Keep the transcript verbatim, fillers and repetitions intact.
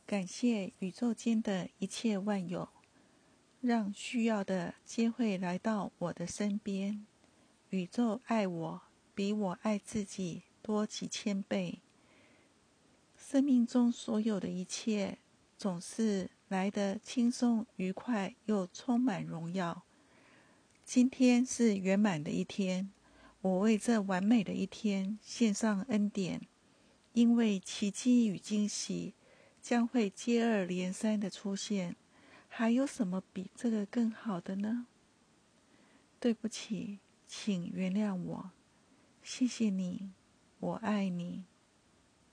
感谢宇宙间的一切万有，让需要的皆会来到我的身边。宇宙爱我，比我爱自己多几千倍。生命中所有的一切，总是来得轻松愉快，又充满荣耀。今天是圆满的一天，我为这完美的一天献上恩典，因为奇迹与惊喜将会接二连三的出现，还有什么比这个更好的呢？对不起，请原谅我，谢谢你，我爱你。